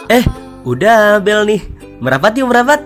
Eh, udah bel nih. Merapat yuk merapat.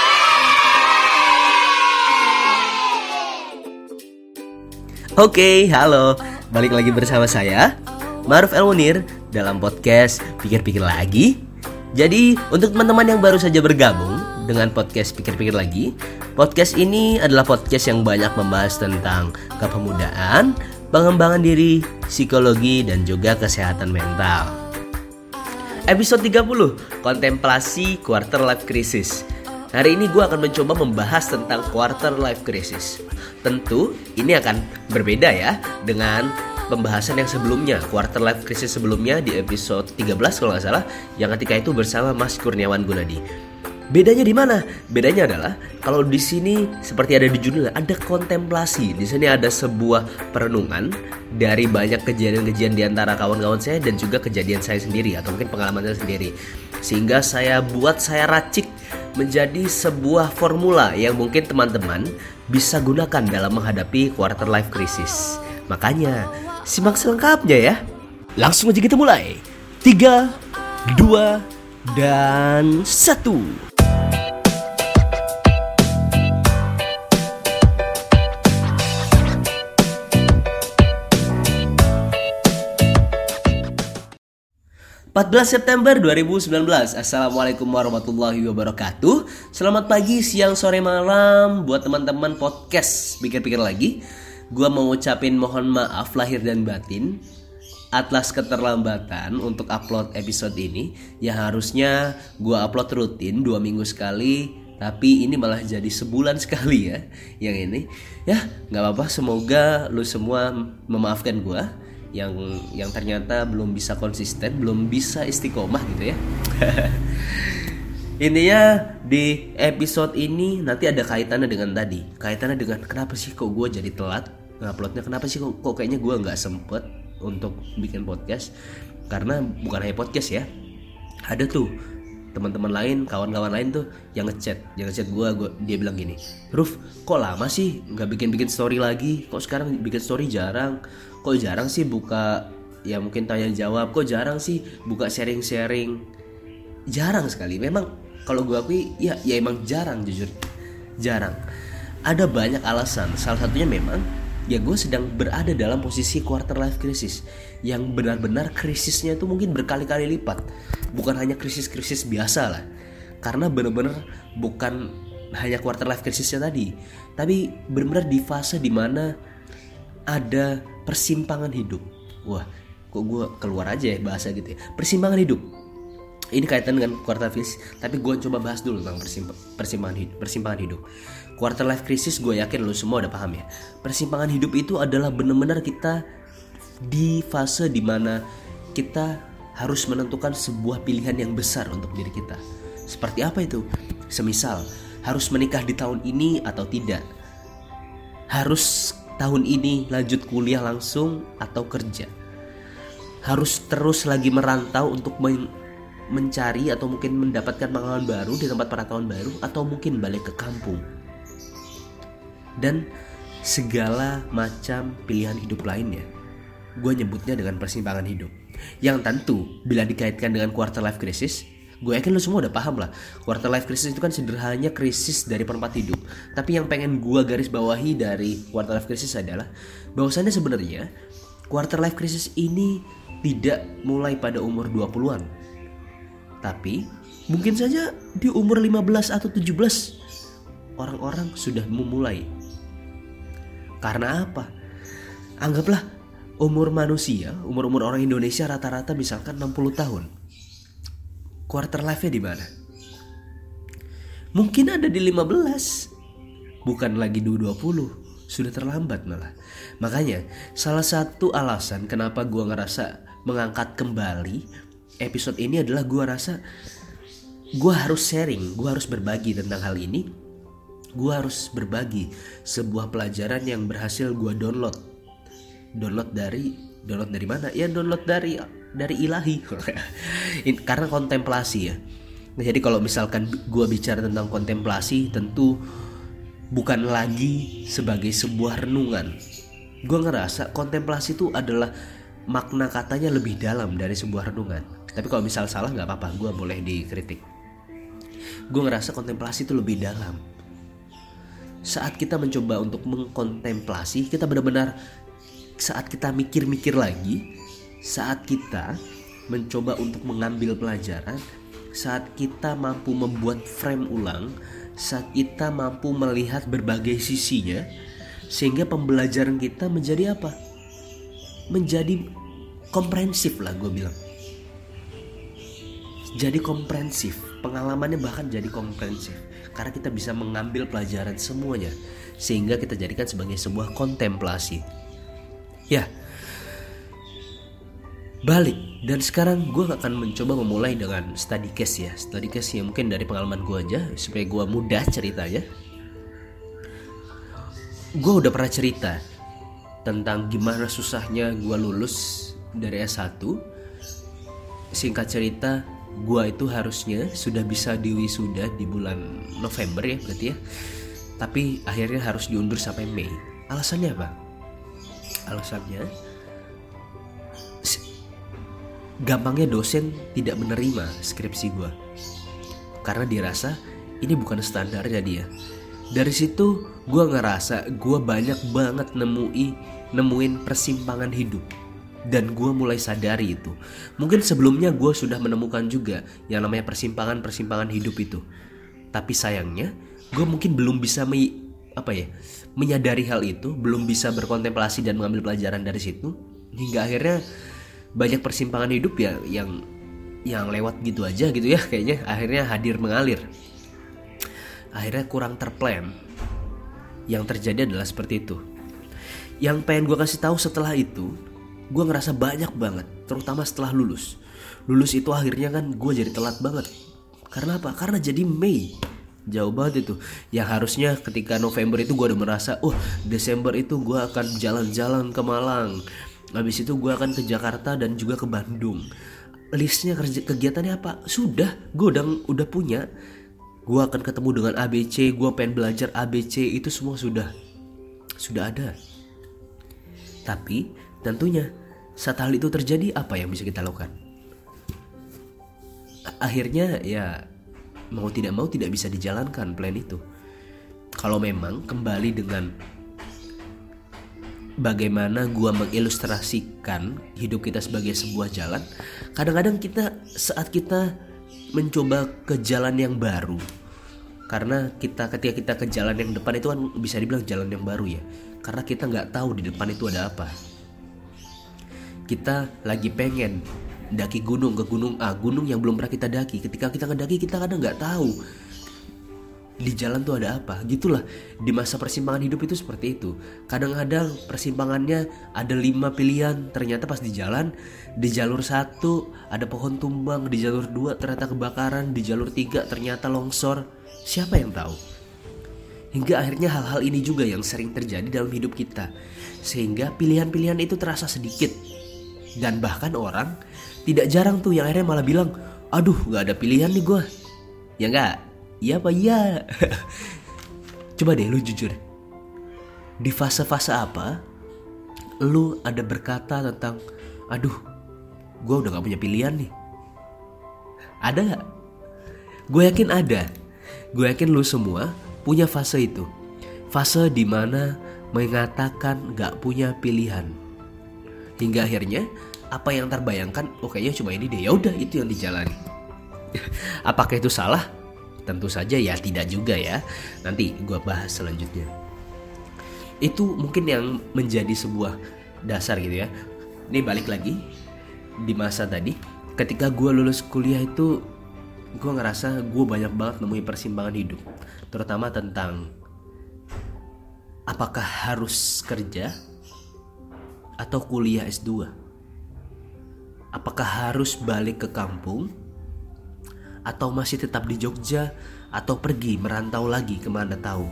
Oke, halo. Balik lagi bersama saya, Ma'ruf El Munir, dalam podcast Pikir-Pikir Lagi. Jadi, untuk teman-teman yang baru saja bergabung dengan podcast Pikir-Pikir Lagi, podcast ini adalah podcast yang banyak membahas tentang kepemudaan, pengembangan diri, psikologi, dan juga kesehatan mental. Episode 30, Kontemplasi Quarter Life Crisis. Hari ini gue akan mencoba membahas tentang Quarter Life Crisis. Tentu ini akan berbeda ya dengan pembahasan yang sebelumnya, Quarter Life Crisis sebelumnya di episode 13 kalau nggak salah, yang ketika itu bersama Mas Kurniawan Gunadi. Bedanya di mana? Bedanya adalah kalau di sini seperti ada di judulnya, ada kontemplasi. Di sini ada sebuah perenungan dari banyak kejadian-kejadian di antara kawan-kawan saya dan juga kejadian saya sendiri atau mungkin pengalaman saya sendiri. Sehingga saya racik menjadi sebuah formula yang mungkin teman-teman bisa gunakan dalam menghadapi quarter life crisis. Makanya simak selengkapnya ya. Langsung aja kita mulai. 3, 2, dan 1. 14 September 2019. Assalamualaikum warahmatullahi wabarakatuh. Selamat pagi, siang, sore, malam buat teman-teman podcast Pikir-Pikir Lagi. Gua mau ngucapin mohon maaf lahir dan batin atas keterlambatan untuk upload episode ini. Yang harusnya gua upload rutin 2 minggu sekali, tapi ini malah jadi sebulan sekali ya. Yang ini ya gak apa-apa, semoga lu semua memaafkan gua yang ternyata belum bisa konsisten, belum bisa istiqomah gitu ya. Intinya di episode ini nanti ada kaitannya dengan tadi. Kaitannya dengan kenapa sih kok gue jadi telat nguploadnya, kenapa sih kok kayaknya gue gak sempet untuk bikin podcast. Karena bukan hanya podcast ya, ada tuh teman-teman lain, kawan-kawan lain tuh yang ngechat gue, dia bilang gini, Ruf, kok lama sih nggak bikin story lagi? Kok sekarang bikin story jarang? Kok jarang sih buka, ya mungkin tanya jawab? Kok jarang sih buka sharing? Jarang sekali. Memang kalau gue akui, ya emang jarang, jujur jarang. Ada banyak alasan. Salah satunya memang ya gue sedang berada dalam posisi quarter life crisis, yang benar-benar krisisnya itu mungkin berkali-kali lipat. Bukan hanya krisis-krisis biasa lah, karena benar-benar bukan hanya quarter life crisisnya tadi, tapi benar-benar di fase dimana ada persimpangan hidup. Wah, kok gue keluar aja ya bahasa gitu ya, persimpangan hidup. Ini kaitan dengan quarter life crisis, tapi gue coba bahas dulu tentang persimpangan hidup. Quarter life crisis gue yakin lo semua udah paham ya. Persimpangan hidup itu adalah benar-benar kita di fase dimana kita harus menentukan sebuah pilihan yang besar untuk diri kita. Seperti apa itu? Semisal harus menikah di tahun ini atau tidak, harus tahun ini lanjut kuliah langsung atau kerja, harus terus lagi merantau untuk mencari atau mungkin mendapatkan pengalaman baru di tempat perantauan baru, atau mungkin balik ke kampung, dan segala macam pilihan hidup lainnya. Gue nyebutnya dengan persimpangan hidup, yang tentu bila dikaitkan dengan quarter life crisis, gue yakin lo semua udah paham lah. Quarter life crisis itu kan sederhananya krisis dari perempat hidup. Tapi yang pengen gue garis bawahi dari quarter life crisis adalah bahwasannya sebenarnya quarter life crisis ini tidak mulai pada umur 20-an, tapi mungkin saja di umur 15 atau 17 orang-orang sudah memulai. Karena apa? Anggaplah umur manusia, umur orang Indonesia rata-rata misalkan 60 tahun. Quarter life-nya di mana? Mungkin ada di 15, bukan lagi di 20, sudah terlambat malah. Makanya salah satu alasan kenapa gue ngerasa mengangkat kembali episode ini adalah gue rasa gue harus sharing, gue harus berbagi tentang hal ini. Gue harus berbagi sebuah pelajaran yang berhasil gue download dari mana? Ya download dari ilahi. Karena kontemplasi ya. Nah, jadi kalau misalkan gue bicara tentang kontemplasi, tentu bukan lagi sebagai sebuah renungan. Gue ngerasa kontemplasi itu adalah makna katanya lebih dalam dari sebuah renungan. Tapi kalau misal salah nggak apa-apa, gue boleh dikritik. Gue ngerasa kontemplasi itu lebih dalam. Saat kita mencoba untuk mengkontemplasi, kita benar-benar, saat kita mikir-mikir lagi, saat kita mencoba untuk mengambil pelajaran, saat kita mampu membuat frame ulang, saat kita mampu melihat berbagai sisinya, sehingga pembelajaran kita menjadi apa? Menjadi komprehensif lah, gue bilang. Jadi komprehensif, pengalamannya bahkan jadi komprehensif, karena kita bisa mengambil pelajaran semuanya, sehingga kita jadikan sebagai sebuah kontemplasi. Ya, balik. Dan sekarang gue akan mencoba memulai dengan study case ya. Study case ya mungkin dari pengalaman gue aja, supaya gue mudah ceritanya. Gue udah pernah cerita tentang gimana susahnya gue lulus dari S1. Singkat cerita, gue itu harusnya sudah bisa diwisuda di bulan November ya berarti ya. Tapi akhirnya harus diundur sampai Mei. Alasannya apa? Alasannya gampangnya dosen tidak menerima skripsi gue, karena dirasa ini bukan standarnya dia. Dari situ gue ngerasa gue banyak banget nemuin persimpangan hidup. Dan gue mulai sadari itu. Mungkin sebelumnya gue sudah menemukan juga yang namanya persimpangan hidup itu. Tapi sayangnya gue mungkin belum bisa menyadari hal itu, belum bisa berkontemplasi dan mengambil pelajaran dari situ, hingga akhirnya banyak persimpangan hidup ya yang lewat gitu aja gitu ya, kayaknya akhirnya hadir mengalir. Akhirnya kurang terplan. Yang terjadi adalah seperti itu. Yang pengen gue kasih tahu setelah itu, gue ngerasa banyak banget, terutama setelah lulus. Lulus itu akhirnya kan gue jadi telat banget. Karena apa? Karena jadi Mei. Jauh banget itu. Yang harusnya ketika November itu gue udah merasa, Desember itu gue akan jalan-jalan ke Malang. Habis itu gue akan ke Jakarta dan juga ke Bandung. Listnya kegiatannya apa? Sudah, gue udah punya. Gue akan ketemu dengan ABC, gue pengen belajar ABC, itu semua sudah ada. Tapi tentunya saat hal itu terjadi, apa yang bisa kita lakukan? Akhirnya ya mau tidak bisa dijalankan plan itu. Kalau memang kembali dengan bagaimana gua mengilustrasikan hidup kita sebagai sebuah jalan, kadang-kadang saat kita mencoba ke jalan yang baru, karena ketika kita ke jalan yang depan itu kan bisa dibilang jalan yang baru ya, karena kita nggak tahu di depan itu ada apa. Kita lagi pengen daki gunung ke gunung A, gunung yang belum pernah kita daki. Ketika kita ngedaki, kita kadang nggak tahu di jalan tuh ada apa. Gitulah di masa persimpangan hidup itu seperti itu. Kadang-kadang persimpangannya ada 5 pilihan, ternyata pas di jalan, di jalur 1 ada pohon tumbang, di jalur 2 ternyata kebakaran, di jalur 3 ternyata longsor. Siapa yang tahu? Hingga akhirnya hal-hal ini juga yang sering terjadi dalam hidup kita, sehingga pilihan-pilihan itu terasa sedikit. Dan bahkan orang tidak jarang tuh yang akhirnya malah bilang, aduh gak ada pilihan nih gue. Ya gak? Iya apa iya? Coba deh lu jujur, di fase-fase apa lu ada berkata tentang, aduh gue udah gak punya pilihan nih? Ada gak? Gue yakin ada. Gue yakin lu semua punya fase itu. Fase dimana mengatakan gak punya pilihan. Hingga akhirnya apa yang terbayangkan, kayaknya cuma ini deh, ya udah itu yang dijalani. Apakah itu salah? Tentu saja ya tidak juga ya. Nanti gue bahas selanjutnya. Itu mungkin yang menjadi sebuah dasar gitu ya. Ini balik lagi di masa tadi, ketika gue lulus kuliah itu, gue ngerasa gue banyak banget nemuin persimpangan hidup, terutama tentang apakah harus kerja atau kuliah S2? Apakah harus balik ke kampung atau masih tetap di Jogja, atau pergi merantau lagi kemana tahu?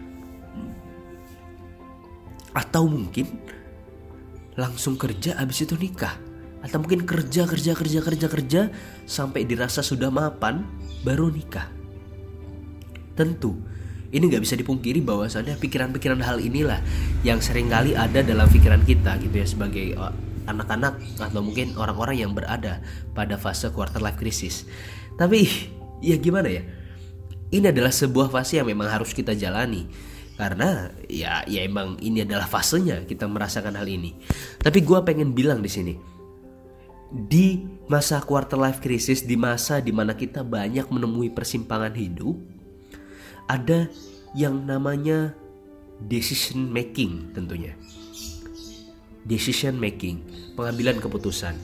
Atau mungkin langsung kerja abis itu nikah, atau mungkin kerja sampai dirasa sudah mapan baru nikah. Tentu ini gak bisa dipungkiri bahwasannya pikiran-pikiran hal inilah yang seringkali ada dalam pikiran kita gitu ya, sebagai anak-anak atau mungkin orang-orang yang berada pada fase quarter life crisis. Tapi ya gimana ya, ini adalah sebuah fase yang memang harus kita jalani, karena ya emang ini adalah fasenya kita merasakan hal ini. Tapi gue pengen bilang di sini, di masa quarter life crisis, di masa dimana kita banyak menemui persimpangan hidup, ada yang namanya decision making tentunya. Decision making, pengambilan keputusan.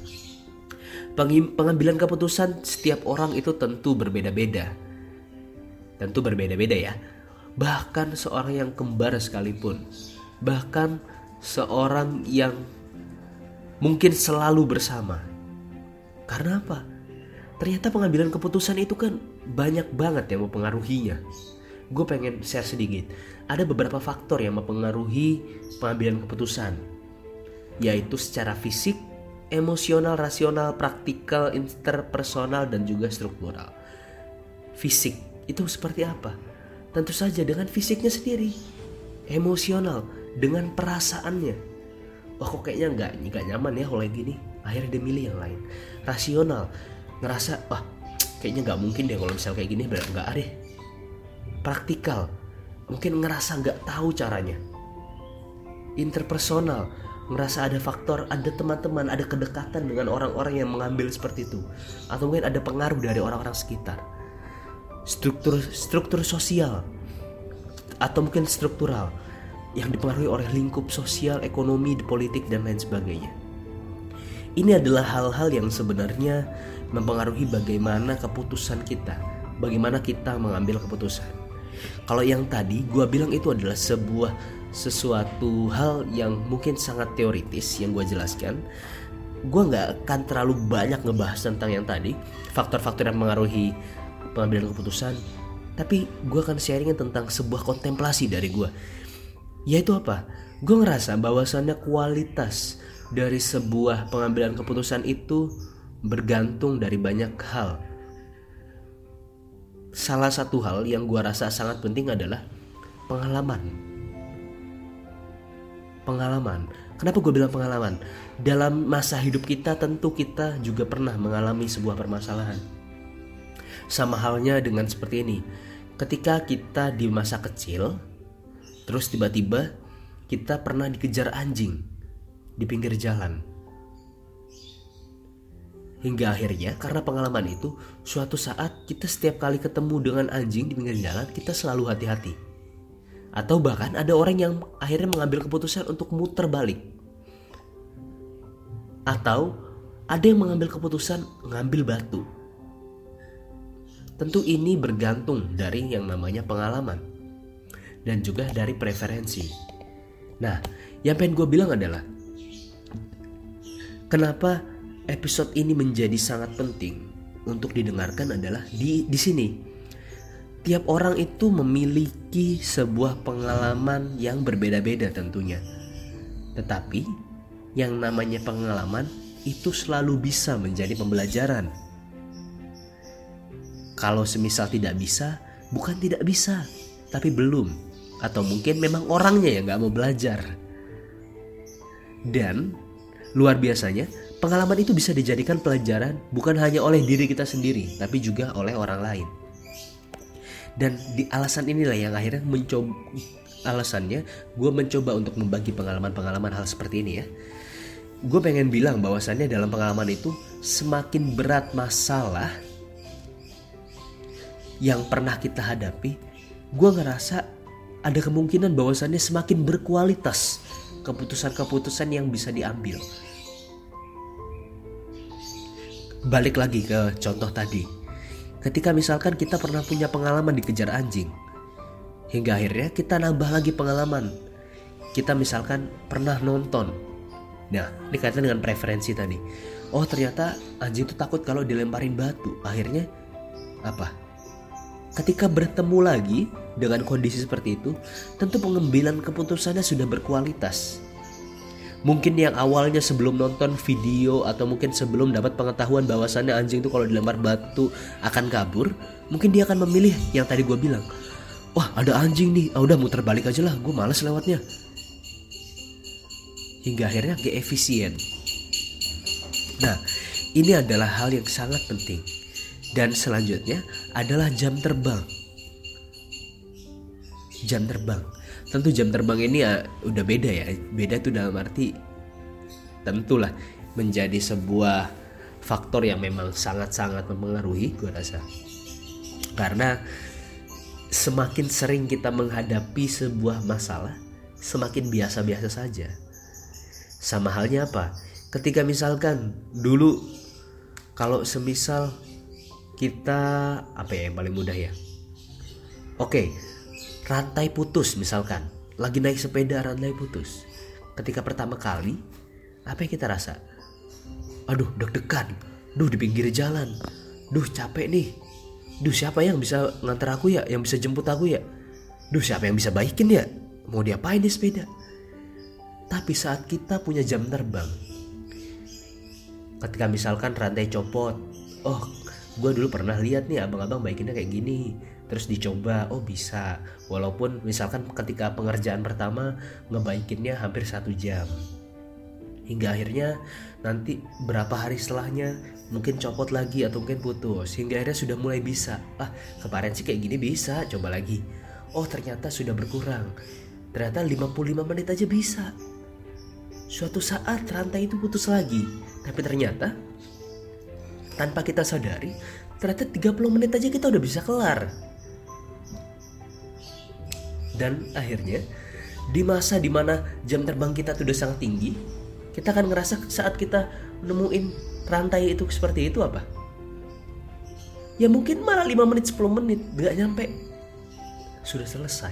Pengambilan keputusan setiap orang itu tentu berbeda-beda. Tentu berbeda-beda ya. Bahkan seorang yang kembar sekalipun, bahkan seorang yang mungkin selalu bersama. Karena apa? Ternyata pengambilan keputusan itu kan banyak banget yang mempengaruhinya. Gue pengen share sedikit. Ada beberapa faktor yang mempengaruhi pengambilan keputusan, yaitu secara fisik, emosional, rasional, praktikal, interpersonal, dan juga struktural. Fisik itu seperti apa? Tentu saja dengan fisiknya sendiri. Emosional, dengan perasaannya. Wah kok kayaknya nggak nyaman ya kalau gini. Akhirnya dia milih yang lain. Rasional, ngerasa wah kayaknya nggak mungkin deh kalau misal kayak gini, nggak deh. Praktikal, mungkin ngerasa nggak tahu caranya. Interpersonal, ngerasa ada faktor, ada teman-teman, ada kedekatan dengan orang-orang yang mengambil seperti itu, atau mungkin ada pengaruh dari orang-orang sekitar. Struktur sosial, atau mungkin struktural, yang dipengaruhi oleh lingkup sosial, ekonomi, politik, dan lain sebagainya. Ini adalah hal-hal yang sebenarnya mempengaruhi bagaimana keputusan kita, bagaimana kita mengambil keputusan. Kalau yang tadi gue bilang itu adalah sesuatu hal yang mungkin sangat teoritis yang gue jelaskan. Gue gak akan terlalu banyak ngebahas tentang yang tadi, faktor-faktor yang mengaruhi pengambilan keputusan. Tapi gue akan sharingin tentang sebuah kontemplasi dari gue, yaitu apa? Gue ngerasa bahwasannya kualitas dari sebuah pengambilan keputusan itu bergantung dari banyak hal. Salah satu hal yang gue rasa sangat penting adalah pengalaman. Kenapa gue bilang pengalaman? Dalam masa hidup kita tentu kita juga pernah mengalami sebuah permasalahan. Sama halnya dengan seperti ini. Ketika kita di masa kecil, terus tiba-tiba kita pernah dikejar anjing di pinggir jalan. Hingga akhirnya karena pengalaman itu, suatu saat kita setiap kali ketemu dengan anjing di pinggir jalan, kita selalu hati-hati. Atau bahkan ada orang yang akhirnya mengambil keputusan untuk muter balik. Atau ada yang mengambil keputusan ngambil batu. Tentu ini bergantung dari yang namanya pengalaman dan juga dari preferensi. Nah, yang pengen gue bilang adalah kenapa episode ini menjadi sangat penting untuk didengarkan adalah di sini. Tiap orang itu memiliki sebuah pengalaman yang berbeda-beda tentunya. Tetapi yang namanya pengalaman itu selalu bisa menjadi pembelajaran. Kalau semisal tidak bisa, bukan tidak bisa, tapi belum. Atau mungkin memang orangnya yang gak mau belajar. Dan luar biasanya, pengalaman itu bisa dijadikan pelajaran bukan hanya oleh diri kita sendiri, tapi juga oleh orang lain. Dan di alasan inilah yang akhirnya alasannya gue mencoba untuk membagi pengalaman-pengalaman hal seperti ini ya. Gue pengen bilang bahwasannya dalam pengalaman itu semakin berat masalah yang pernah kita hadapi, gue ngerasa ada kemungkinan bahwasannya semakin berkualitas keputusan-keputusan yang bisa diambil. Balik lagi ke contoh tadi. Ketika misalkan kita pernah punya pengalaman dikejar anjing, hingga akhirnya kita nambah lagi pengalaman. Kita misalkan pernah nonton. Nah, dikaitkan dengan preferensi tadi. Oh, ternyata anjing itu takut kalau dilemparin batu. Akhirnya apa? Ketika bertemu lagi dengan kondisi seperti itu, tentu pengambilan keputusannya sudah berkualitas. Mungkin yang awalnya sebelum nonton video atau mungkin sebelum dapat pengetahuan bahwasannya anjing itu kalau dilempar batu akan kabur, mungkin dia akan memilih yang tadi gue bilang, wah ada anjing nih, udah muter balik aja lah, gue malas lewatnya. Hingga akhirnya gak efisien. Nah, ini adalah hal yang sangat penting. Dan selanjutnya adalah jam terbang. Jam terbang. Tentu jam terbang ini ya udah beda ya. Beda tuh dalam arti tentulah menjadi sebuah faktor yang memang sangat-sangat mempengaruhi gue rasa. Karena semakin sering kita menghadapi sebuah masalah, semakin biasa-biasa saja. Sama halnya apa? Ketika misalkan dulu kalau semisal kita apa ya yang paling mudah ya? Oke, rantai putus misalkan. Lagi naik sepeda rantai putus. Ketika pertama kali, apa yang kita rasa? Aduh, deg-degan. Duh, di pinggir jalan. Duh, capek nih. Duh, siapa yang bisa nganter aku ya? Yang bisa jemput aku ya? Duh, siapa yang bisa baikin ya? Mau diapain nih sepeda? Tapi saat kita punya jam terbang, ketika misalkan rantai copot, oh gue dulu pernah lihat nih abang-abang baikinnya kayak gini, terus dicoba, oh bisa. Walaupun misalkan ketika pengerjaan pertama ngebaikinnya hampir 1 jam, hingga akhirnya nanti berapa hari setelahnya mungkin copot lagi atau mungkin putus, hingga akhirnya sudah mulai bisa. Kemarin sih kayak gini bisa, coba lagi. Oh ternyata sudah berkurang, ternyata 55 menit aja bisa. Suatu saat rantai itu putus lagi, tapi ternyata tanpa kita sadari, ternyata 30 menit aja kita udah bisa kelar. Dan akhirnya di masa dimana jam terbang kita tuh udah sangat tinggi, kita akan ngerasa saat kita nemuin rantai itu seperti itu apa? Ya mungkin malah 5 menit 10 menit gak nyampe sudah selesai.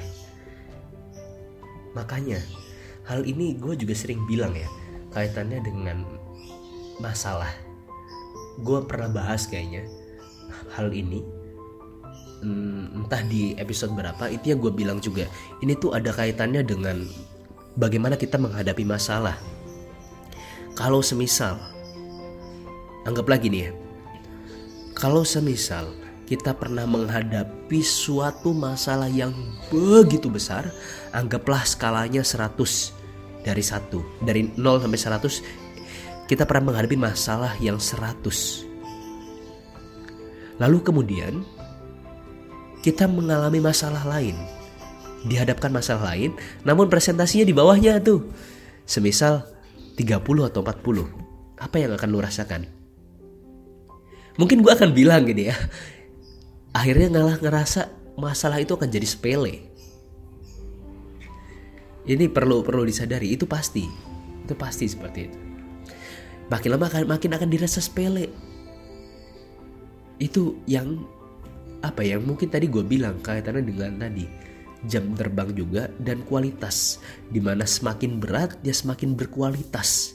Makanya hal ini gue juga sering bilang ya, kaitannya dengan masalah. Gue pernah bahas kayaknya hal ini, entah di episode berapa, itu yang gue bilang juga. Ini tuh ada kaitannya dengan bagaimana kita menghadapi masalah. Kalau semisal, anggap lagi nih ya, kalau semisal kita pernah menghadapi suatu masalah yang begitu besar, anggaplah skalanya 100 dari 1, dari 0 sampai 100, kita pernah menghadapi masalah yang 100. Lalu kemudian kita mengalami masalah lain, dihadapkan masalah lain, namun presentasinya di bawahnya tuh, semisal 30 atau 40. Apa yang akan lu rasakan? Mungkin gue akan bilang gini ya, akhirnya ngerasa masalah itu akan jadi sepele. Ini perlu disadari, itu pasti seperti itu. Makin lama makin akan dirasa sepele. Itu yang apa yang mungkin tadi gue bilang kaitannya dengan tadi jam terbang juga dan kualitas, dimana semakin berat dia semakin berkualitas.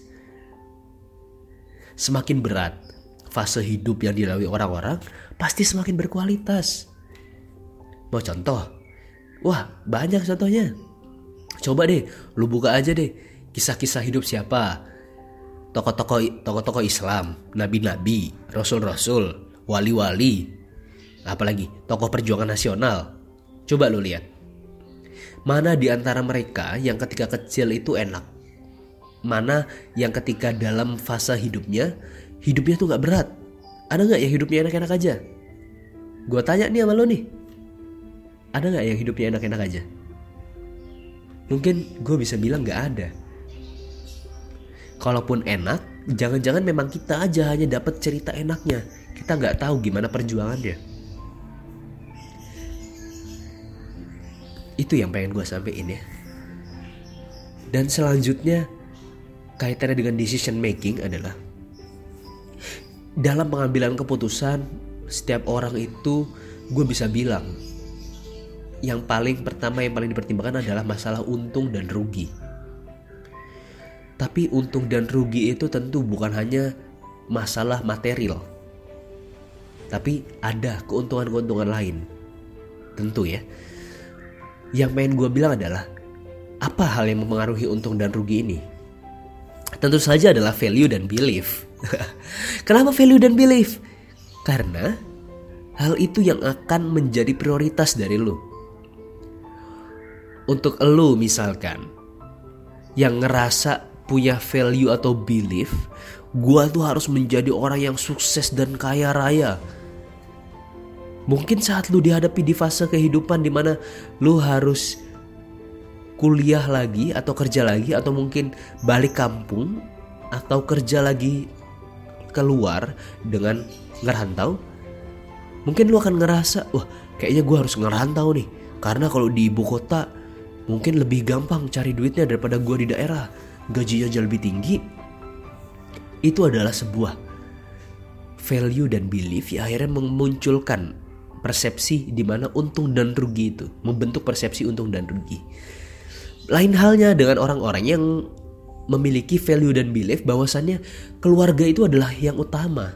Semakin berat fase hidup yang dilalui orang-orang, pasti semakin berkualitas. Mau contoh? Wah, banyak contohnya. Coba deh, lu buka aja deh kisah-kisah hidup siapa? Tokoh-tokoh Islam, nabi-nabi, rasul-rasul, wali-wali, apalagi tokoh perjuangan nasional. Coba lu lihat. Mana di antara mereka yang ketika kecil itu enak? Mana yang ketika dalam fase hidupnya tuh gak berat? Ada gak yang hidupnya enak-enak aja? Gue tanya nih sama lo nih, ada gak yang hidupnya enak-enak aja? Mungkin gue bisa bilang gak ada. Kalaupun enak, jangan-jangan memang kita aja hanya dapat cerita enaknya, kita gak tahu gimana perjuangannya. Itu yang pengen gue sampein ya. Dan selanjutnya kaitannya dengan decision making adalah dalam pengambilan keputusan, setiap orang itu gue bisa bilang yang paling pertama, yang paling dipertimbangkan adalah masalah untung dan rugi. Tapi untung dan rugi itu tentu bukan hanya masalah material, tapi ada keuntungan-keuntungan lain. Tentu ya. Yang pengen gue bilang adalah apa hal yang mempengaruhi untung dan rugi ini? Tentu saja adalah value dan belief. Kenapa value dan belief? Karena hal itu yang akan menjadi prioritas dari lu. Untuk lu misalkan yang ngerasa punya value atau belief Gue tuh harus menjadi orang yang sukses dan kaya raya. Mungkin saat lu dihadapi di fase kehidupan dimana lu harus kuliah lagi atau kerja lagi, atau mungkin balik kampung atau kerja lagi keluar dengan ngerantau, mungkin lu akan ngerasa, wah kayaknya gue harus ngerantau nih, karena kalau di ibu kota mungkin lebih gampang cari duitnya daripada gue di daerah, gajinya jauh lebih tinggi. Itu adalah sebuah value dan belief yang akhirnya memunculkan persepsi di mana untung dan rugi itu, membentuk persepsi untung dan rugi. Lain halnya dengan orang-orang yang memiliki value dan belief bahwasannya keluarga itu adalah yang utama.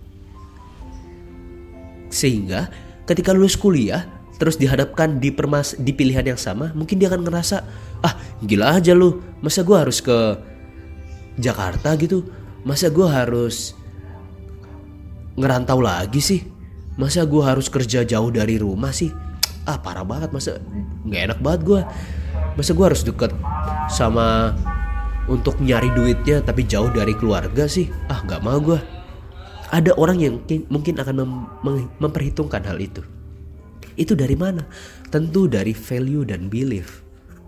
Sehingga ketika lulus kuliah terus dihadapkan di pilihan yang sama, mungkin dia akan ngerasa, ah gila aja lu, masa gue harus ke Jakarta gitu, masa gue harus ngerantau lagi sih, masa gue harus kerja jauh dari rumah sih, ah parah banget, masa gak enak banget gue, masa gue harus deket sama untuk nyari duitnya tapi jauh dari keluarga sih, ah gak mau gue. Ada orang yang mungkin akan memperhitungkan hal itu. Itu dari mana? Tentu dari value dan belief.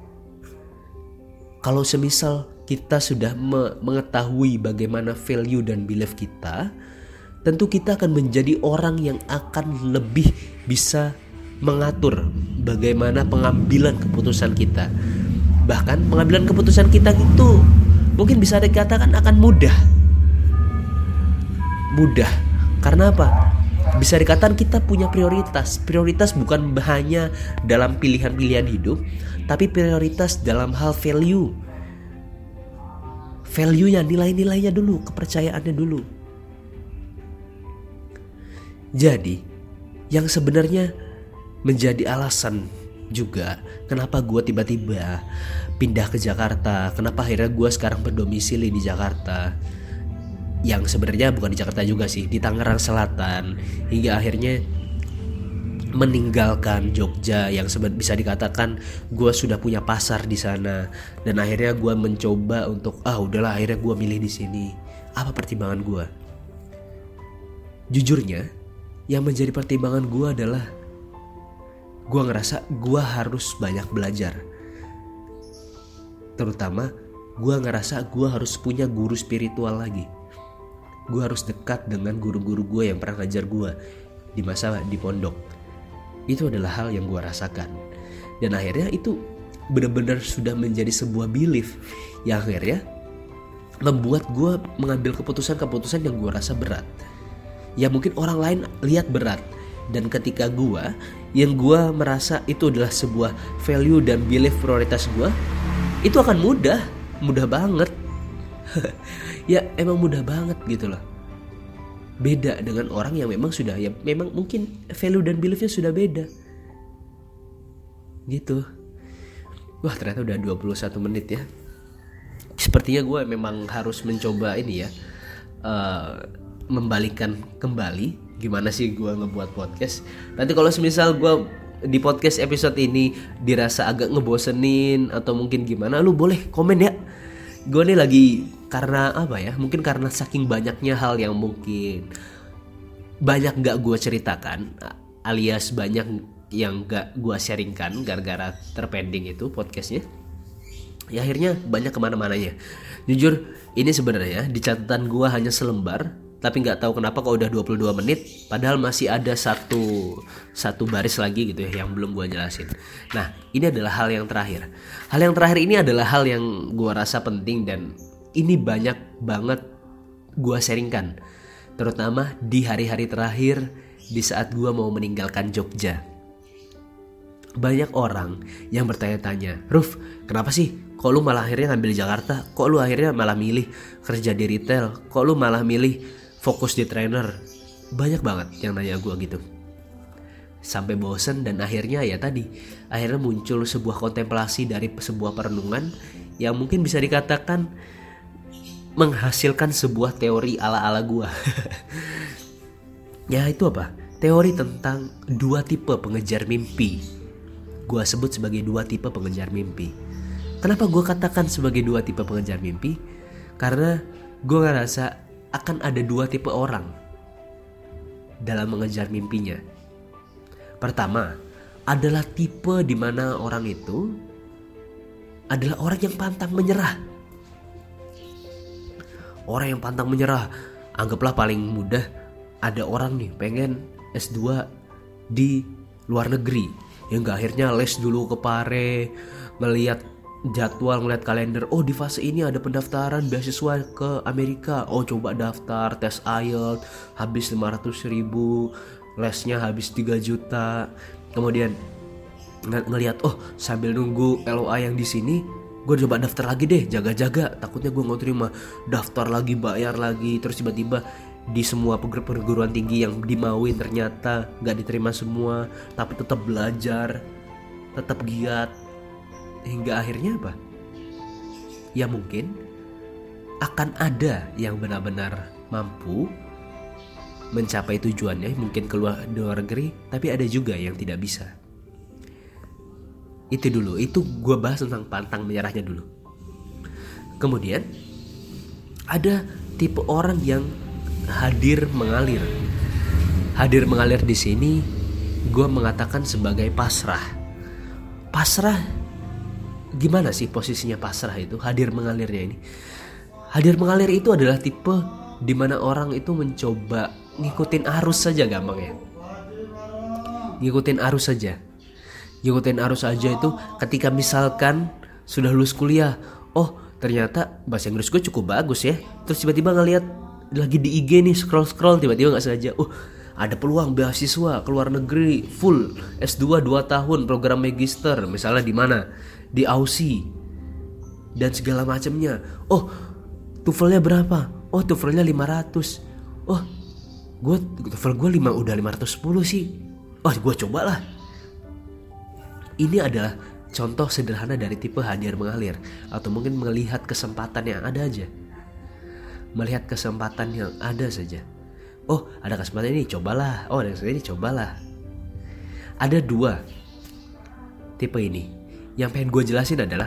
Kalau semisal kita sudah mengetahui bagaimana value dan belief kita, tentu kita akan menjadi orang yang akan lebih bisa mengatur bagaimana pengambilan keputusan kita. Bahkan pengambilan keputusan kita itu mungkin bisa dikatakan akan mudah. Karena apa? Bisa dikatakan kita punya prioritas. Prioritas bukan hanya dalam pilihan-pilihan hidup, tapi prioritas dalam hal value. Value-nya, nilai-nilainya dulu, kepercayaannya dulu. Jadi, yang sebenarnya menjadi alasan juga kenapa gue tiba-tiba pindah ke Jakarta, kenapa akhirnya gue sekarang berdomisili di Jakarta, yang sebenarnya bukan di Jakarta juga sih, di Tangerang Selatan, hingga akhirnya meninggalkan Jogja yang bisa dikatakan gue sudah punya pasar di sana, dan akhirnya gue mencoba untuk udahlah, akhirnya gue milih di sini. Apa pertimbangan gue? Jujurnya, yang menjadi pertimbangan gue adalah gue ngerasa gue harus banyak belajar. Terutama gue ngerasa gue harus punya guru spiritual lagi. Gue harus dekat dengan guru-guru gue yang pernah ngajar gue di masa di pondok. Itu adalah hal yang gue rasakan. Dan akhirnya itu benar-benar sudah menjadi sebuah belief yang akhirnya membuat gue mengambil keputusan-keputusan yang gue rasa berat, ya mungkin orang lain lihat berat. Dan ketika yang gue merasa itu adalah sebuah value dan belief prioritas gue, itu akan mudah banget. Ya emang mudah banget gitu loh. Beda dengan orang yang memang sudah, ya memang mungkin value dan beliefnya sudah beda gitu. Wah ternyata udah 21 menit ya. Sepertinya gue memang harus mencoba ini ya, membalikkan kembali gimana sih gue ngebuat podcast. Nanti kalau semisal gue di podcast episode ini dirasa agak ngebosenin atau mungkin gimana, lu boleh komen ya. Gue nih lagi, karena apa ya, mungkin karena saking banyaknya hal yang mungkin banyak gak gue ceritakan, alias banyak yang gak gue sharingkan gara-gara terpending itu podcastnya, ya akhirnya banyak kemana-mananya. Jujur ini sebenarnya di catatan gue hanya selembar, tapi gak tahu kenapa kok udah 22 menit padahal masih ada satu baris lagi gitu ya yang belum gue jelasin. Nah ini adalah hal yang terakhir. Hal yang terakhir ini adalah hal yang gue rasa penting, dan ini banyak banget gue sharingkan, terutama di hari-hari terakhir di saat gue mau meninggalkan Jogja. Banyak orang yang bertanya-tanya, Ruf, kenapa sih kok lu malah akhirnya ngambil Jakarta? Kok lu akhirnya malah milih kerja di retail? Kok lu malah milih fokus di trainer? Banyak banget yang nanya gue gitu. Sampai bosen, dan akhirnya muncul sebuah kontemplasi dari sebuah perenungan yang mungkin bisa dikatakan menghasilkan sebuah teori ala-ala gue. Ya itu apa? Teori tentang 2 tipe pengejar mimpi. Gue sebut sebagai 2 tipe pengejar mimpi. Kenapa gue katakan sebagai 2 tipe pengejar mimpi? Karena gue ngerasa akan ada dua tipe orang dalam mengejar mimpinya. Pertama, adalah tipe di mana orang itu adalah orang yang pantang menyerah. Orang yang pantang menyerah, anggaplah paling mudah, ada orang nih pengen S2 di luar negeri, yang akhirnya les dulu ke Pare, ngelihat jadwal, ngelihat kalender, oh di fase ini ada pendaftaran beasiswa ke Amerika, oh coba daftar, tes IELTS habis 500.000, lesnya habis 3 juta. Kemudian ngelihat, oh sambil nunggu LOA yang di sini, gue coba daftar lagi deh, jaga-jaga, takutnya gue nggak terima. Daftar lagi, bayar lagi, terus tiba-tiba di semua perguruan tinggi yang dimauin ternyata nggak diterima semua, tapi tetap belajar, tetap giat, hingga akhirnya apa? Ya mungkin akan ada yang benar-benar mampu mencapai tujuannya, mungkin keluar luar negeri, tapi ada juga yang tidak bisa. Itu dulu, itu gue bahas tentang pantang menyerahnya dulu. Kemudian ada tipe orang yang hadir mengalir. Hadir mengalir di sini gue mengatakan sebagai pasrah. Pasrah, gimana sih posisinya pasrah itu? Hadir mengalirnya ini. Hadir mengalir itu adalah tipe di mana orang itu mencoba ngikutin arus saja, gampang ya. Ngikutin arus saja. Ngikutin arus aja itu ketika misalkan sudah lulus kuliah, oh ternyata bahasa Inggris gue cukup bagus ya, terus tiba-tiba ngelihat lagi di IG nih, scroll tiba-tiba nggak sengaja, oh ada peluang beasiswa ke luar negeri full S2 2 tahun program magister, misalnya di mana, di Aussie dan segala macamnya. Oh TOEFL-nya berapa? Oh TOEFL-nya 500. Oh TOEFL gue udah 510 sih. Oh gue cobalah. Ini adalah contoh sederhana dari tipe hadir mengalir, atau mungkin melihat kesempatan yang ada aja. Melihat kesempatan yang ada saja. Oh ada kesempatan ini, cobalah. Oh ada kesempatan ini, cobalah. Ada dua tipe ini. Yang pengen gue jelasin adalah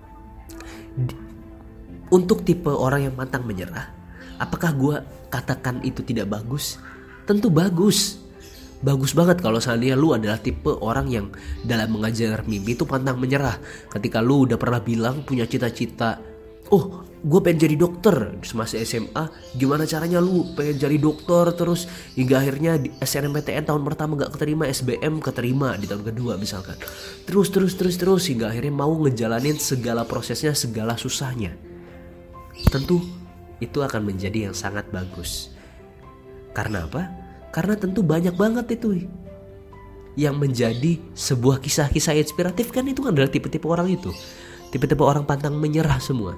untuk tipe orang yang pantang menyerah, apakah gue katakan itu tidak bagus? Tentu bagus. Bagus banget kalau seandainya lu adalah tipe orang yang dalam mengajar mimpi itu pantang menyerah. Ketika lu udah pernah bilang punya cita-cita, oh gue pengen jadi dokter semasa SMA, gimana caranya lu pengen jadi dokter terus hingga akhirnya di SNMPTN tahun pertama gak keterima, SBM keterima di tahun kedua misalkan. Terus hingga akhirnya mau ngejalanin segala prosesnya, segala susahnya. Tentu itu akan menjadi yang sangat bagus. Karena apa? Karena tentu banyak banget itu yang menjadi sebuah kisah-kisah inspiratif, kan itu kan adalah tipe-tipe orang itu. Tipe-tipe orang pantang menyerah semua.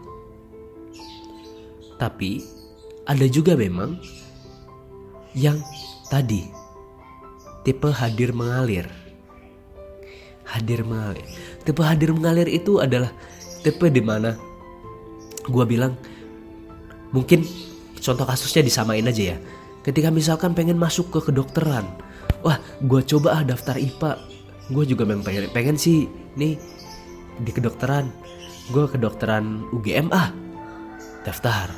Tapi ada juga memang yang tadi tipe hadir mengalir. Hadir mengalir. Tipe hadir mengalir itu adalah tipe di mana gue bilang, mungkin contoh kasusnya disamain aja ya. Ketika misalkan pengen masuk ke kedokteran, wah gue coba daftar IPA, gue juga memang pengen sih nih di kedokteran, gue kedokteran UGM daftar.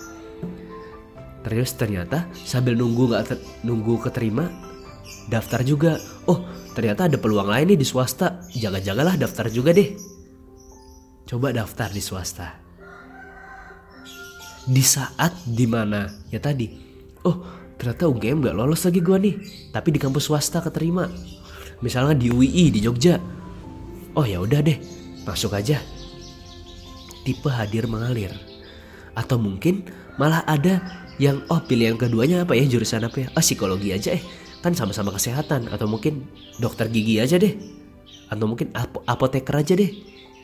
Terus ternyata sambil nunggu keterima, daftar juga. Oh ternyata ada peluang lain nih di swasta, jaga-jagalah daftar juga deh. Coba daftar di swasta. Di saat dimana ya tadi, oh ternyata UGM gak lolos lagi gue nih, tapi di kampus swasta keterima, misalnya di UII di Jogja. Oh ya udah deh, masuk aja. Tipe hadir mengalir. Atau mungkin malah ada yang pilihan keduanya apa ya, jurusan apa ya, psikologi aja kan sama-sama kesehatan. Atau mungkin dokter gigi aja deh, atau mungkin apoteker aja deh.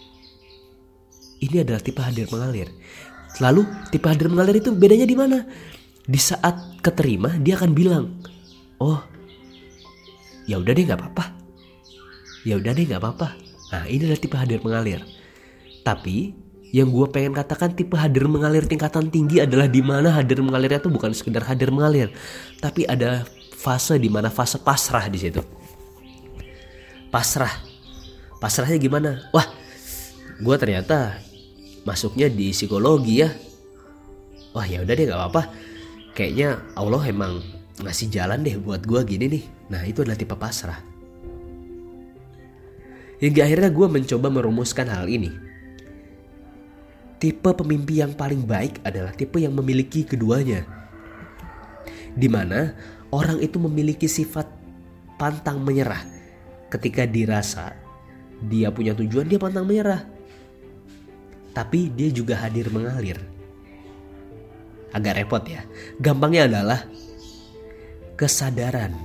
Ini adalah tipe hadir mengalir. Lalu tipe hadir mengalir itu bedanya di mana? Di saat keterima dia akan bilang, oh ya udah deh nggak apa-apa, ya udah deh nggak apa-apa. Nah ini adalah tipe hadir mengalir. Tapi yang gue pengen katakan tipe hadir mengalir tingkatan tinggi adalah di mana hadir mengalirnya tuh bukan sekedar hadir mengalir, tapi ada fase di mana fase pasrah di situ. Pasrahnya gimana? Wah, gue ternyata masuknya di psikologi ya. Wah ya udah deh nggak apa-apa. kayaknya Allah emang ngasih jalan deh buat gue gini nih. Nah itu adalah tipe pasrah. Hingga akhirnya gue mencoba merumuskan hal ini. Tipe pemimpi yang paling baik adalah tipe yang memiliki keduanya. Dimana orang itu memiliki sifat pantang menyerah. Ketika dirasa dia punya tujuan, dia pantang menyerah. Tapi dia juga hadir mengalir. Agak repot ya. Gampangnya adalah kesadaran.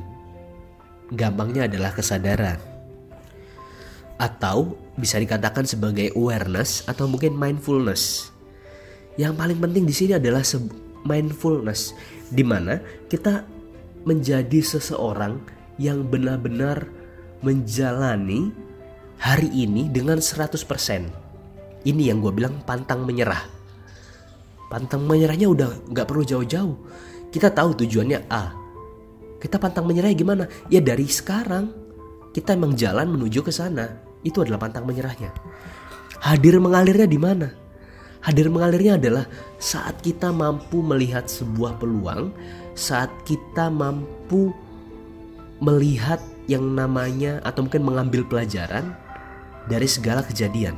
Atau bisa dikatakan sebagai awareness atau mungkin mindfulness. Yang paling penting di sini adalah mindfulness, di mana kita menjadi seseorang yang benar-benar menjalani hari ini dengan 100%. Ini yang gue bilang pantang menyerah. Pantang menyerahnya udah gak perlu jauh-jauh. Kita tahu tujuannya A. Kita pantang menyerah gimana? Ya dari sekarang kita emang jalan menuju ke sana. Itu adalah pantang menyerahnya. Hadir mengalirnya di mana? Hadir mengalirnya adalah saat kita mampu melihat sebuah peluang, saat kita mampu melihat yang namanya atau mungkin mengambil pelajaran dari segala kejadian.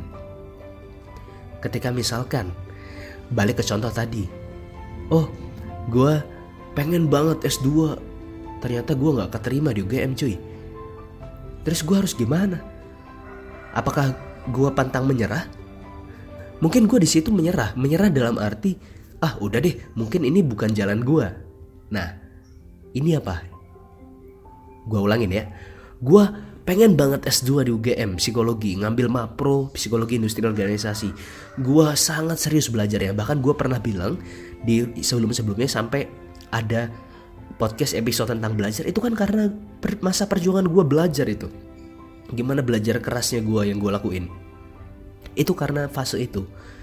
Ketika misalkan balik ke contoh tadi, oh gue pengen banget S2, ternyata gue gak keterima di UGM cuy. Terus gue harus gimana? Apakah gue pantang menyerah? Mungkin gue di situ menyerah dalam arti udah deh, mungkin ini bukan jalan gue. Nah ini apa? Gue ulangin ya, gue pengen banget S2 di UGM psikologi, ngambil mapro psikologi industri organisasi. Gue sangat serius belajar ya. Bahkan gue pernah bilang di sebelumnya sampai ada podcast episode tentang belajar. Itu kan karena masa perjuangan gue belajar itu. Gimana belajar kerasnya gue yang gue lakuin. Itu karena fase itu.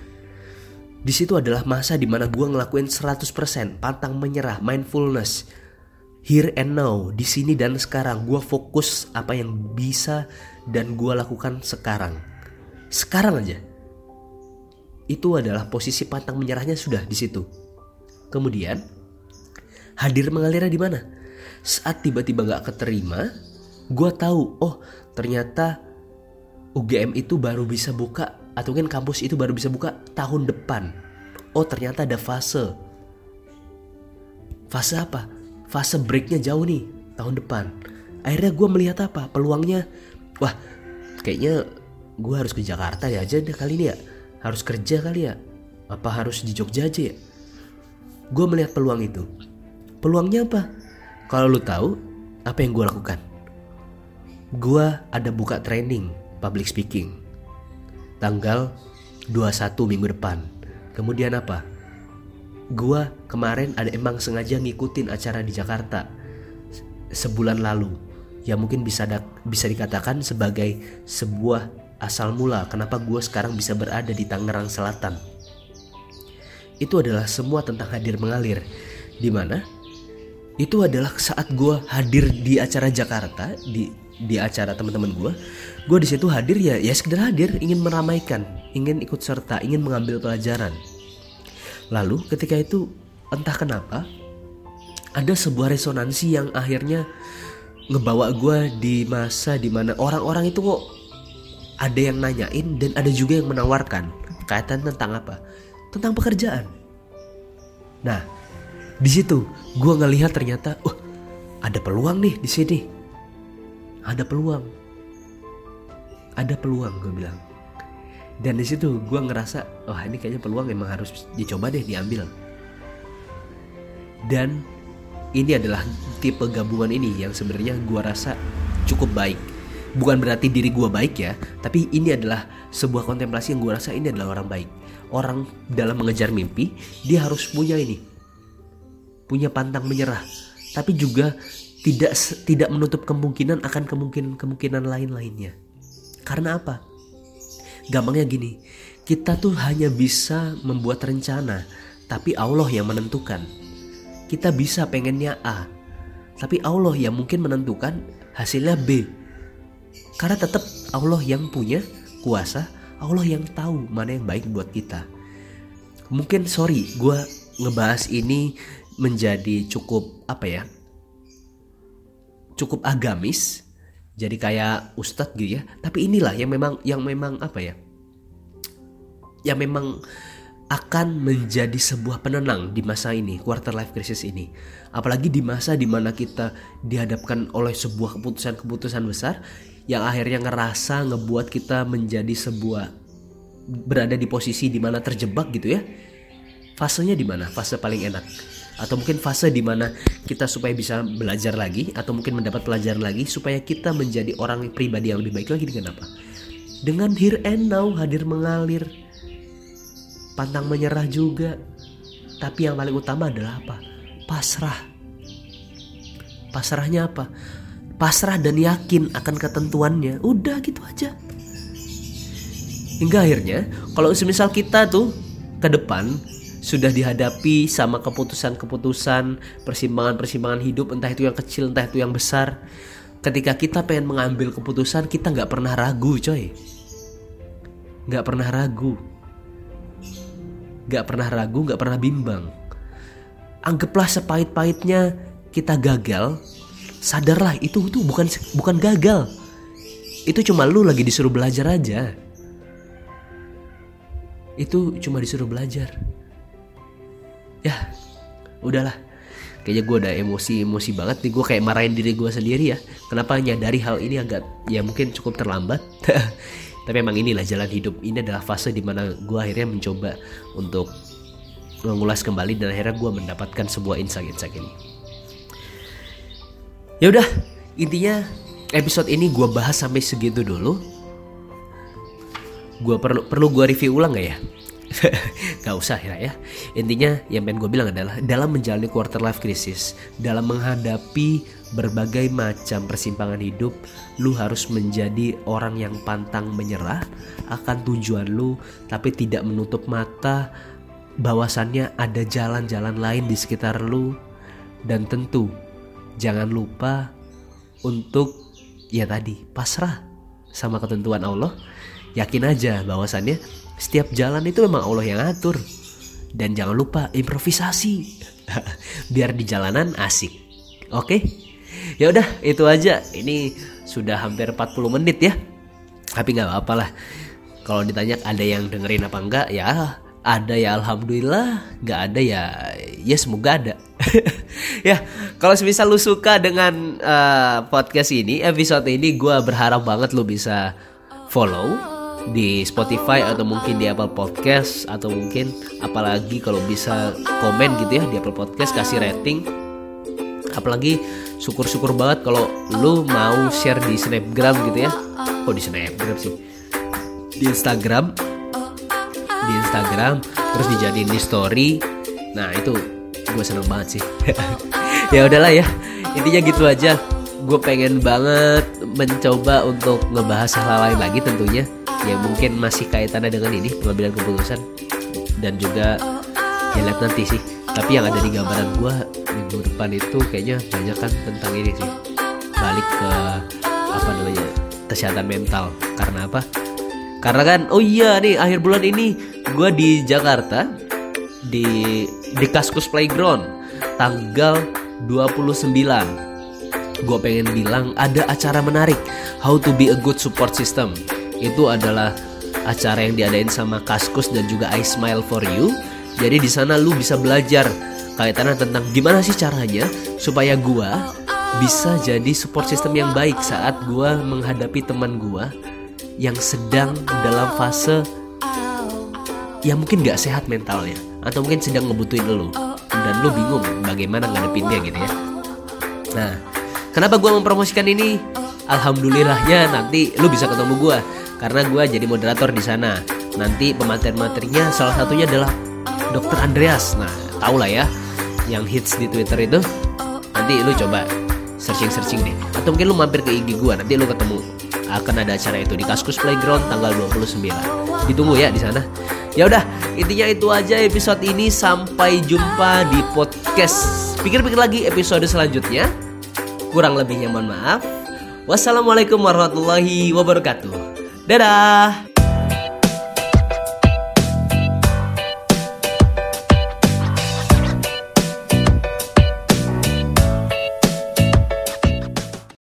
Di situ adalah masa dimana gue ngelakuin 100% pantang menyerah, mindfulness. Here and now, di sini dan sekarang. Gue fokus apa yang bisa dan gue lakukan sekarang. Sekarang aja. Itu adalah posisi pantang menyerahnya sudah di situ. Kemudian hadir mengalirnya di mana? Saat tiba-tiba gak keterima, gue tahu, oh ternyata UGM itu baru bisa buka, atau mungkin kampus itu baru bisa buka tahun depan. Oh ternyata ada fase. Fase apa? Fase breaknya jauh nih, tahun depan. Akhirnya gue melihat apa? Peluangnya, wah kayaknya gue harus ke Jakarta ya aja deh kali ini ya. Harus kerja kali ya. Apa harus di Jogja aja ya? Gue melihat peluang itu. Peluangnya apa? Kalau lu tahu, apa yang gue lakukan? Gue ada buka training public speaking tanggal 21 minggu depan. Kemudian apa? Gua kemarin ada emang sengaja ngikutin acara di Jakarta sebulan lalu. Ya mungkin bisa dikatakan sebagai sebuah asal mula kenapa gue sekarang bisa berada di Tangerang Selatan. Itu adalah semua tentang hadir mengalir. Dimana itu adalah saat gue hadir di acara Jakarta, di acara teman-teman gue di situ hadir ya sekedar hadir, ingin meramaikan, ingin ikut serta, ingin mengambil pelajaran. Lalu ketika itu entah kenapa ada sebuah resonansi yang akhirnya ngebawa gue di masa dimana orang-orang itu kok ada yang nanyain dan ada juga yang menawarkan kaitan tentang apa? Tentang pekerjaan. Nah di situ gue ngelihat ternyata ada peluang nih di sini. Ada peluang gue bilang. Dan di situ gue ngerasa, ini kayaknya peluang emang harus dicoba deh, diambil. Dan ini adalah tipe gabungan ini yang sebenarnya gue rasa cukup baik. Bukan berarti diri gue baik ya, tapi ini adalah sebuah kontemplasi yang gue rasa ini adalah orang baik. Orang dalam mengejar mimpi, dia harus punya ini, punya pantang menyerah, tapi juga tidak menutup kemungkinan akan kemungkinan lain-lainnya. Karena apa? Gampangnya gini, kita tuh hanya bisa membuat rencana, tapi Allah yang menentukan. Kita bisa pengennya A, tapi Allah yang mungkin menentukan hasilnya B. Karena tetap Allah yang punya kuasa, Allah yang tahu mana yang baik buat kita. Mungkin gue ngebahas ini menjadi cukup cukup agamis, jadi kayak ustadz gitu ya. Tapi inilah yang memang yang memang akan menjadi sebuah penenang di masa ini, quarter life crisis ini. Apalagi di masa dimana kita dihadapkan oleh sebuah keputusan besar yang akhirnya ngebuat kita menjadi berada di posisi dimana terjebak gitu ya. Fasenya di mana? Fase paling enak. Atau mungkin fase dimana kita supaya bisa belajar lagi, atau mungkin mendapat pelajaran lagi supaya kita menjadi orang pribadi yang lebih baik lagi. Dengan apa? Dengan here and now, hadir mengalir, pantang menyerah juga. Tapi yang paling utama adalah apa? Pasrah. Pasrahnya apa? Pasrah dan yakin akan ketentuannya. Udah gitu aja. Hingga akhirnya kalau semisal kita tuh ke depan sudah dihadapi sama keputusan-keputusan, persimpangan-persimpangan hidup, entah itu yang kecil, entah itu yang besar. Ketika kita pengen mengambil keputusan, kita gak pernah ragu coy. Gak pernah ragu, gak pernah bimbang. Anggaplah sepahit-pahitnya kita gagal, sadarlah itu bukan gagal. Itu cuma lu lagi disuruh belajar aja. Itu cuma disuruh belajar. Ya, udahlah. Kayaknya gue udah emosi banget nih. Gue kayak marahin diri gue sendiri ya. Kenapa nyadari hal ini agak ya mungkin cukup terlambat. Tapi emang inilah jalan hidup. Ini adalah fase dimana gue akhirnya mencoba untuk mengulas kembali, dan akhirnya gue mendapatkan sebuah insight ini. Ya udah, intinya episode ini gue bahas sampai segitu dulu. Gue perlu gue review ulang gak ya? Gak usah ya. Intinya yang pengen gue bilang adalah dalam menjalani quarter life crisis, dalam menghadapi berbagai macam persimpangan hidup, lu harus menjadi orang yang pantang menyerah akan tujuan lu, tapi tidak menutup mata bahwasannya ada jalan-jalan lain di sekitar lu. Dan tentu jangan lupa untuk pasrah sama ketentuan Allah. Yakin aja bahwasannya setiap jalan itu memang Allah yang atur. Dan jangan lupa improvisasi. Biar di jalanan asik. Oke? Ya udah, itu aja. Ini sudah hampir 40 menit ya. Tapi enggak apa-apa lah. Kalau ditanya ada yang dengerin apa enggak, ya ada ya alhamdulillah, enggak ada ya semoga ada. Ya, kalau semisal lu suka dengan podcast ini, episode ini, gue berharap banget lu bisa follow di Spotify atau mungkin di Apple Podcast, atau mungkin apalagi kalau bisa komen gitu ya di Apple Podcast, kasih rating. Apalagi syukur banget kalau lu mau share di Snapgram gitu ya. Oh, di Snapgram sih, di Instagram terus dijadiin di story. Nah itu gue seneng banget sih. Ya udahlah ya, intinya gitu aja. Gue pengen banget mencoba untuk ngebahas hal lain lagi tentunya, yang mungkin masih kaitannya dengan ini, pengambilan keputusan. Dan juga ya lihat nanti sih. Tapi yang ada di gambaran gue minggu depan itu kayaknya banyak kan tentang ini sih, balik ke kesehatan mental. Karena apa? Karena kan nih akhir bulan ini gue di Jakarta, di Kaskus Playground tanggal 29. Gue pengen bilang ada acara menarik, How to be a good support system. Itu adalah acara yang diadain sama Kaskus dan juga I Smile for You. Jadi di sana lu bisa belajar kaitannya tentang gimana sih caranya supaya gue bisa jadi support system yang baik saat gue menghadapi teman gue yang sedang dalam fase yang mungkin gak sehat mentalnya, atau mungkin sedang ngebutuhin lu dan lu bingung bagaimana ngadepinnya gitu ya. Nah, kenapa gue mempromosikan ini? Alhamdulillahnya nanti lu bisa ketemu gue karena gue jadi moderator di sana. Nanti pemateri-materinya salah satunya adalah Dr. Andreas. Nah, tau lah ya, yang hits di Twitter itu. Nanti lu coba searching deh, atau mungkin lu mampir ke IG gue, nanti lu ketemu. Akan ada acara itu di Kaskus Playground tanggal 29. Ditunggu ya di sana. Ya udah, intinya itu aja episode ini. Sampai jumpa di podcast Pikir-pikir lagi episode selanjutnya. Kurang lebihnya mohon maaf. Wassalamualaikum warahmatullahi wabarakatuh. Dadah.